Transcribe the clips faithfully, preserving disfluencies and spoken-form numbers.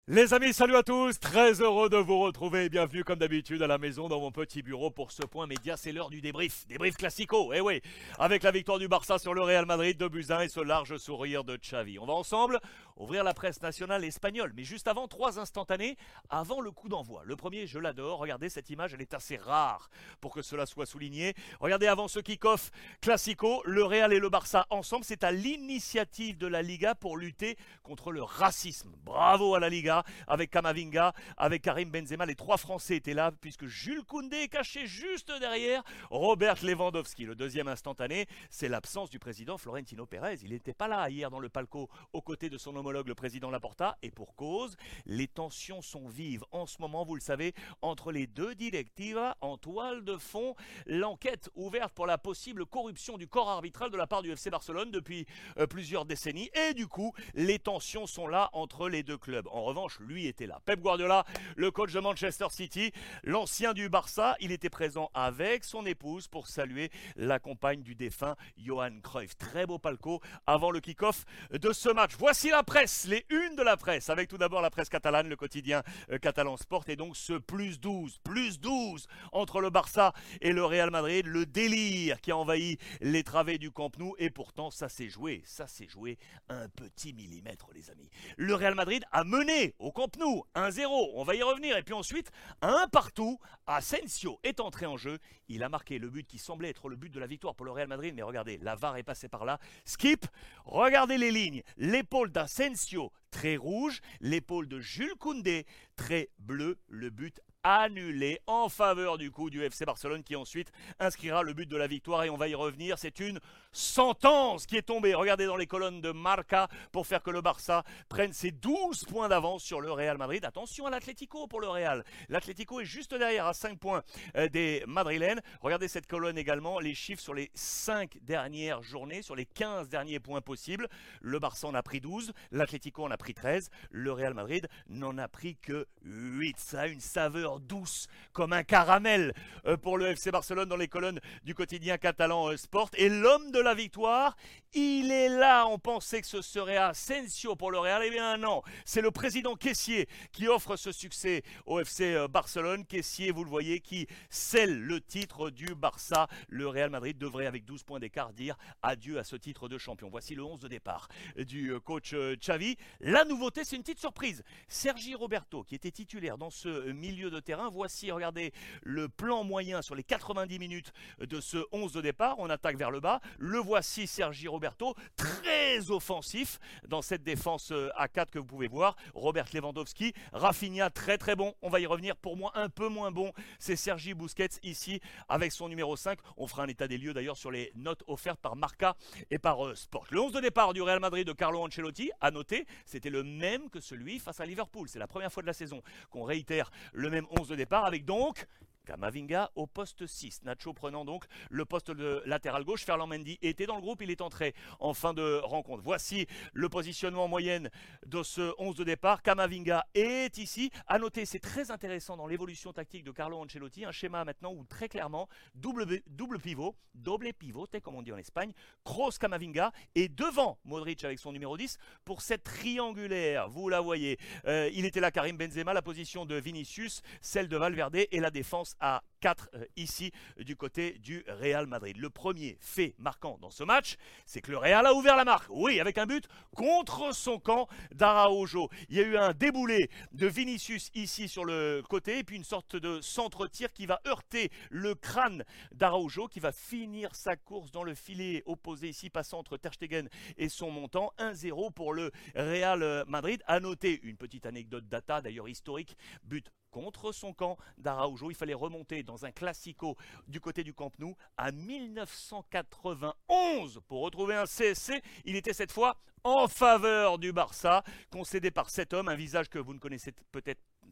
Les amis, salut à tous, très heureux de vous retrouver. Bienvenue comme d'habitude à la maison dans mon petit bureau pour ce point média, c'est l'heure du débrief. Débrief classico, eh oui, avec la victoire du Barça sur le Real Madrid de Buzyn et ce large sourire de Xavi. On va ensemble ouvrir la presse nationale espagnole, mais juste avant, trois instantanés avant le coup d'envoi. Le premier, je l'adore, regardez cette image, elle est assez rare pour que cela soit souligné. Regardez avant ce kick-off classico, le Real et le Barça ensemble, c'est à l'initiative de la Liga pour lutter contre le racisme. Bravo à la Liga. Avec Camavinga, avec Karim Benzema, les trois Français étaient là puisque Jules Koundé est caché juste derrière Robert Lewandowski. Le deuxième instantané, c'est l'absence du président Florentino Pérez. Il n'était pas là hier dans le palco aux côtés de son homologue le président Laporta et pour cause, les tensions sont vives en ce moment, vous le savez, entre les deux directivas en toile de fond. L'enquête ouverte pour la possible corruption du corps arbitral de la part du F C Barcelone depuis euh, plusieurs décennies et du coup, les tensions sont là entre les deux clubs. En revanche, lui était là. Pep Guardiola, le coach de Manchester City, l'ancien du Barça, il était présent avec son épouse pour saluer la compagne du défunt Johan Cruyff. Très beau palco avant le kick-off de ce match. Voici la presse, les unes de la presse, avec tout d'abord la presse catalane, le quotidien euh, Catalan Sport, et donc ce plus douze, plus douze entre le Barça et le Real Madrid, le délire qui a envahi les travées du Camp Nou, et pourtant ça s'est joué, ça s'est joué un petit millimètre les amis. Le Real Madrid a mené au Camp Nou, un zéro, on va y revenir. Et puis ensuite, un partout, Asensio est entré en jeu. Il a marqué le but qui semblait être le but de la victoire pour le Real Madrid. Mais regardez, la V A R est passée par là. Skip, regardez les lignes. L'épaule d'Asensio, très rouge. L'épaule de Jules Koundé, très bleu. Le but annulé en faveur du coup du F C Barcelone qui ensuite inscrira le but de la victoire et on va y revenir. C'est une sentence qui est tombée, regardez dans les colonnes de Marca, pour faire que le Barça prenne ses douze points d'avance sur le Real Madrid. Attention à l'Atlético pour le Real. L'Atlético est juste derrière à cinq points des Madrilènes. Regardez cette colonne également, les chiffres sur les cinq dernières journées, sur les quinze derniers points possibles. Le Barça en a pris douze, l'Atlético en a pris treize, le Real Madrid n'en a pris que huit. Ça a une saveur douce comme un caramel euh, pour le F C Barcelone dans les colonnes du quotidien catalan euh, Sport. Et l'homme de la victoire, il est là. On pensait que ce serait Asensio pour le Real. Eh bien non, c'est le président Kessié qui offre ce succès au F C euh, Barcelone. Kessié, vous le voyez, qui scelle le titre du Barça. Le Real Madrid devrait, avec douze points d'écart, dire adieu à ce titre de champion. Voici le onze de départ du euh, coach euh, Xavi. La nouveauté, c'est une petite surprise. Sergi Roberto, qui était titulaire dans ce milieu de terrain. Voici, regardez, le plan moyen sur les quatre-vingt-dix minutes de ce onze de départ. On attaque vers le bas. Le voici, Sergi Roberto, très offensif dans cette défense à quatre que vous pouvez voir. Robert Lewandowski, Rafinha, très très bon. On va y revenir. Pour moi, un peu moins bon, c'est Sergi Busquets ici avec son numéro cinq. On fera un état des lieux d'ailleurs sur les notes offertes par Marca et par euh, Sport. Le onze de départ du Real Madrid de Carlo Ancelotti, à noter, c'était le même que celui face à Liverpool. C'est la première fois de la saison qu'on réitère le même onze de départ avec donc Camavinga au poste six. Nacho prenant donc le poste de latéral gauche. Ferland Mendy était dans le groupe, il est entré en fin de rencontre. Voici le positionnement moyenne de ce onze de départ. Camavinga est ici. À noter, c'est très intéressant dans l'évolution tactique de Carlo Ancelotti. Un schéma maintenant où très clairement, double, double pivot, double pivote comme on dit en Espagne. Kroos, Camavinga et devant Modric avec son numéro dix pour cette triangulaire. Vous la voyez. Euh, il était là Karim Benzema, la position de Vinicius, celle de Valverde et la défense à quatre euh, ici du côté du Real Madrid. Le premier fait marquant dans ce match, c'est que le Real a ouvert la marque. Oui, avec un but contre son camp d'Araujo. Il y a eu un déboulé de Vinicius ici sur le côté et puis une sorte de centre-tir qui va heurter le crâne d'Araujo qui va finir sa course dans le filet opposé ici, passant entre Ter Stegen et son montant. un zéro pour le Real Madrid. À noter une petite anecdote data, d'ailleurs historique, but contre son camp d'Araujo. Il fallait remonter dans un classico du côté du Camp Nou à mille neuf cent quatre-vingt-onze pour retrouver un C S C. Il était cette fois en faveur du Barça, concédé par cet homme, un visage que vous ne connaissez peut-être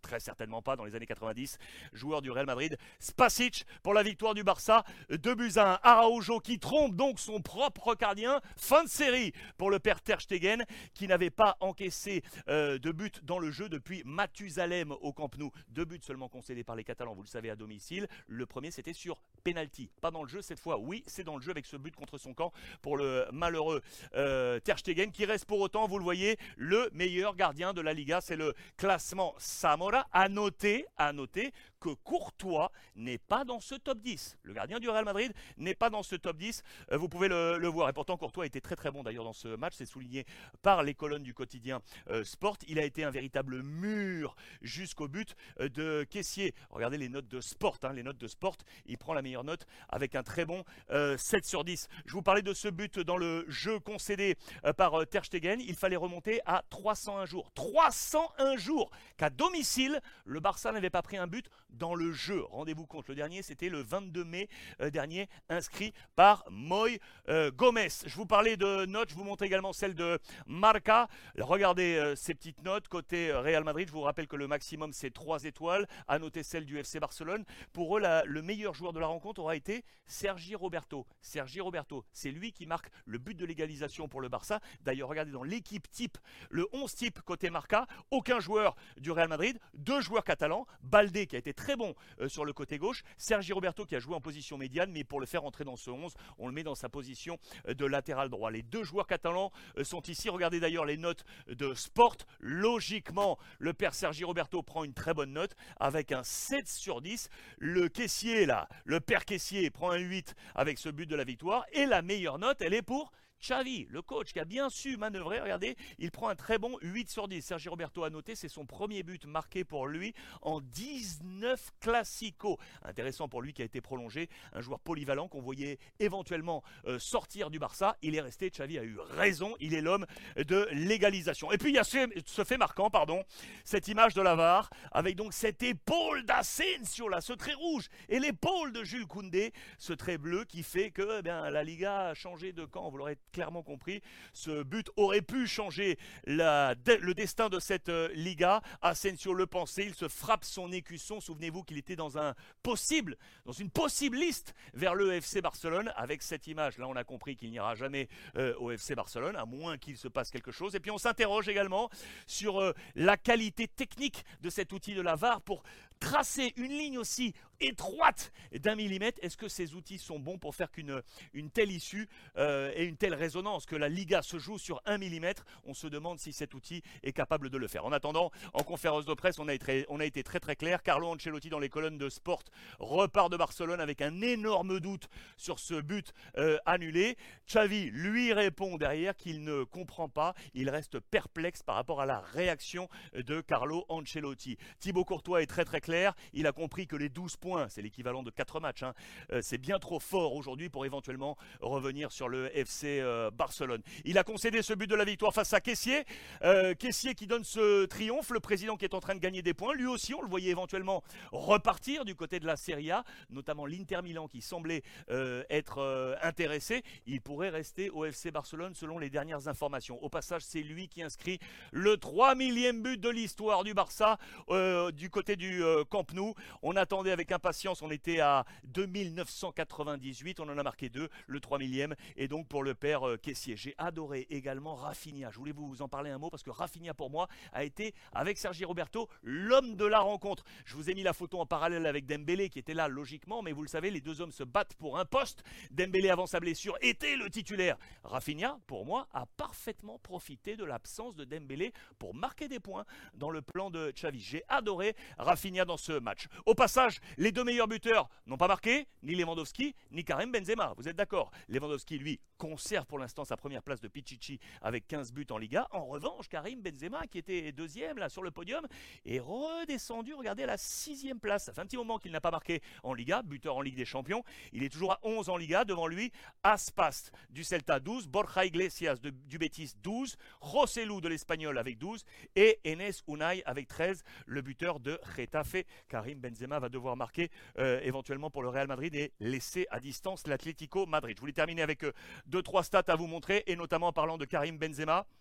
Très certainement pas dans les années quatre-vingt-dix. Joueur du Real Madrid. Spasic pour la victoire du Barça. deux buts à un. Araujo qui trompe donc son propre gardien. Fin de série pour le père Ter Stegen qui n'avait pas encaissé euh, de but dans le jeu depuis Mathusalem au Camp Nou. Deux buts seulement concédés par les Catalans, vous le savez, à domicile. Le premier c'était sur penalty. Pas dans le jeu cette fois. Oui, c'est dans le jeu avec ce but contre son camp pour le malheureux euh, Ter Stegen qui reste pour autant, vous le voyez, le meilleur gardien de la Liga. C'est le classement Zamora. À noter, à noter que Courtois n'est pas dans ce top dix. Le gardien du Real Madrid n'est pas dans ce top dix. Euh, vous pouvez le, le voir. Et pourtant, Courtois a été très très bon d'ailleurs dans ce match. C'est souligné par les colonnes du quotidien euh, Sport. Il a été un véritable mur jusqu'au but euh, de Kessié. Regardez les notes de Sport. Hein, les notes de Sport. Il prend la meilleure note avec un très bon euh, sept sur dix. Je vous parlais de ce but dans le jeu concédé euh, par euh, Ter Stegen. Il fallait remonter à trois cent un jours. trois cent un jours qu'à domicile, le Barça n'avait pas pris un but dans le jeu. Rendez-vous compte, le dernier, c'était le vingt-deux mai euh, dernier, inscrit par Moy euh, Gomez. Je vous parlais de notes, je vous montre également celle de Marca. Regardez euh, ces petites notes côté Real Madrid. Je vous rappelle que le maximum, c'est trois étoiles. À noter celle du F C Barcelone. Pour eux, la, le meilleur joueur de la rencontre aura été Sergi Roberto. Sergi Roberto, c'est lui qui marque le but de l'égalisation pour le Barça. D'ailleurs, regardez dans l'équipe type, le onze type côté Marca, aucun joueur du Real Madrid. Deux joueurs catalans, Baldé qui a été très bon euh, sur le côté gauche, Sergi Roberto qui a joué en position médiane, mais pour le faire entrer dans ce onze, on le met dans sa position euh, de latéral droit. Les deux joueurs catalans euh, sont ici. Regardez d'ailleurs les notes de Sport. Logiquement, le père Sergi Roberto prend une très bonne note avec un sept sur dix. Le caissier là, le père caissier prend un huit avec ce but de la victoire. Et la meilleure note, elle est pour Xavi, le coach qui a bien su manœuvrer, regardez, il prend un très bon huit sur dix. Sergi Roberto a noté, c'est son premier but marqué pour lui en dix-neuf Clasico. Intéressant pour lui qui a été prolongé, un joueur polyvalent qu'on voyait éventuellement euh, sortir du Barça. Il est resté, Xavi a eu raison, il est l'homme de l'égalisation. Et puis il y a ce, ce fait marquant, pardon, cette image de la V A R avec donc cette épaule d'Asensio là, ce trait rouge et l'épaule de Jules Koundé, ce trait bleu qui fait que eh bien, la Liga a changé de camp, vous l'aurez clairement compris. Ce but aurait pu changer la, de, le destin de cette euh, Liga. Asensio le pensait, il se frappe son écusson. Souvenez-vous qu'il était dans un possible, dans une possible liste vers le F C Barcelone. Avec cette image, là on a compris qu'il n'ira jamais euh, au F C Barcelone, à moins qu'il se passe quelque chose. Et puis on s'interroge également sur euh, la qualité technique de cet outil de la V A R pour tracer une ligne aussi étroite d'un millimètre. Est-ce que ces outils sont bons pour faire qu'une une telle issue euh, et une telle résonance, que la Liga se joue sur un millimètre? On se demande si cet outil est capable de le faire. En attendant, en conférence de presse, on a été, on a été très très clair. Carlo Ancelotti dans les colonnes de Sport repart de Barcelone avec un énorme doute sur ce but euh, annulé. Xavi lui répond derrière qu'il ne comprend pas. Il reste perplexe par rapport à la réaction de Carlo Ancelotti. Thibaut Courtois est très très clair. Il a compris que les douze points, c'est l'équivalent de quatre matchs, hein, euh, c'est bien trop fort aujourd'hui pour éventuellement revenir sur le F C euh, Barcelone. Il a concédé ce but de la victoire face à Kessié. Euh, Kessié qui donne ce triomphe. Le président qui est en train de gagner des points. Lui aussi, on le voyait éventuellement repartir du côté de la Serie A, notamment l'Inter Milan qui semblait euh, être euh, intéressé. Il pourrait rester au F C Barcelone selon les dernières informations. Au passage, c'est lui qui inscrit le trois millième but de l'histoire du Barça euh, du côté du euh, Camp Nou. On attendait avec impatience, on était à deux mille neuf cent quatre-vingt-dix-huit, on en a marqué deux, le trois millième, et donc pour le père euh, Kessié. J'ai adoré également Rafinha. Je voulais vous en parler un mot parce que Rafinha pour moi a été, avec Sergi Roberto, l'homme de la rencontre. Je vous ai mis la photo en parallèle avec Dembélé qui était là logiquement, mais vous le savez, les deux hommes se battent pour un poste. Dembélé avant sa blessure était le titulaire. Rafinha, pour moi, a parfaitement profité de l'absence de Dembélé pour marquer des points dans le plan de Xavi. J'ai adoré Rafinha dans ce match. Au passage, les deux meilleurs buteurs n'ont pas marqué, ni Lewandowski, ni Karim Benzema. Vous êtes d'accord? Lewandowski, lui, conserve pour l'instant sa première place de Pichichi avec quinze buts en Liga. En revanche, Karim Benzema, qui était deuxième là sur le podium, est redescendu, regardez, à la sixième place. Ça fait un petit moment qu'il n'a pas marqué en Liga, buteur en Ligue des Champions. Il est toujours à onze en Liga. Devant lui, Aspas du Celta douze, Borja Iglesias de, du Betis douze, Joselu de l'Espagnol avec douze et Enes Unai avec treize, le buteur de Getafe. Karim Benzema va devoir marquer euh, éventuellement pour le Real Madrid et laisser à distance l'Atlético Madrid. Je voulais terminer avec euh, deux trois stats à vous montrer, et notamment en parlant de Karim Benzema.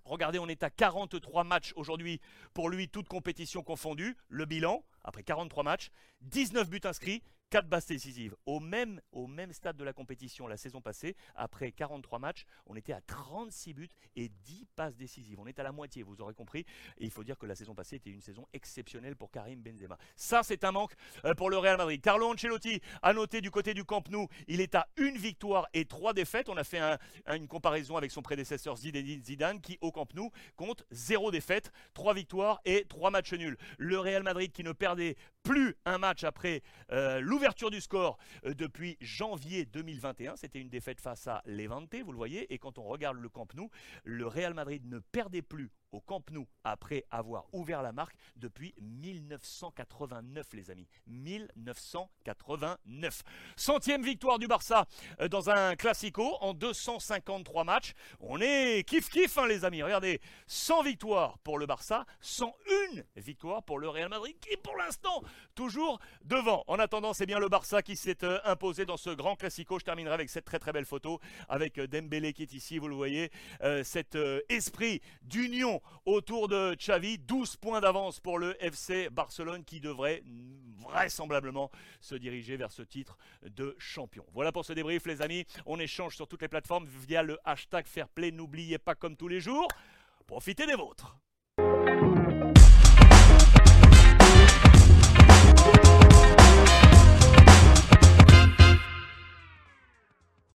Regardez, on est à quarante-trois matchs aujourd'hui pour lui, toutes compétitions confondues. Le bilan, après quarante-trois matchs, dix-neuf buts inscrits, quatre passes décisives. Au même, au même stade de la compétition la saison passée, après quarante-trois matchs, on était à trente-six buts et dix passes décisives. On est à la moitié, vous aurez compris. Et il faut dire que la saison passée était une saison exceptionnelle pour Karim Benzema. Ça, c'est un manque pour le Real Madrid. Carlo Ancelotti a noté du côté du Camp Nou, il est à une victoire et trois défaites. On a fait un, un, une comparaison avec son prédécesseur Zinedine Zidane qui, au Camp Nou, compte zéro défaite, trois victoires et trois matchs nuls. Le Real Madrid qui ne perdait plus un match après euh, l'ouverture du score euh, depuis janvier deux mille vingt et un. C'était une défaite face à Levante, vous le voyez. Et quand on regarde le Camp Nou, le Real Madrid ne perdait plus au Camp Nou après avoir ouvert la marque depuis mille neuf cent quatre-vingt-neuf, les amis. mille neuf cent quatre-vingt-neuf. Centième victoire du Barça euh, dans un Classico en deux cent cinquante-trois matchs. On est kiff-kiff, hein, les amis. Regardez, cent victoires pour le Barça, cent une victoires pour le Real Madrid qui, pour l'instant, toujours devant. En attendant, c'est bien le Barça qui s'est euh, imposé dans ce grand Classico. Je terminerai avec cette très très belle photo avec euh, Dembélé qui est ici, vous le voyez. Euh, cet euh, esprit d'union autour de Xavi, douze points d'avance pour le F C Barcelone qui devrait vraisemblablement se diriger vers ce titre de champion. Voilà pour ce débrief, les amis. On échange sur toutes les plateformes via le hashtag Fairplay. N'oubliez pas, comme tous les jours, profitez des vôtres.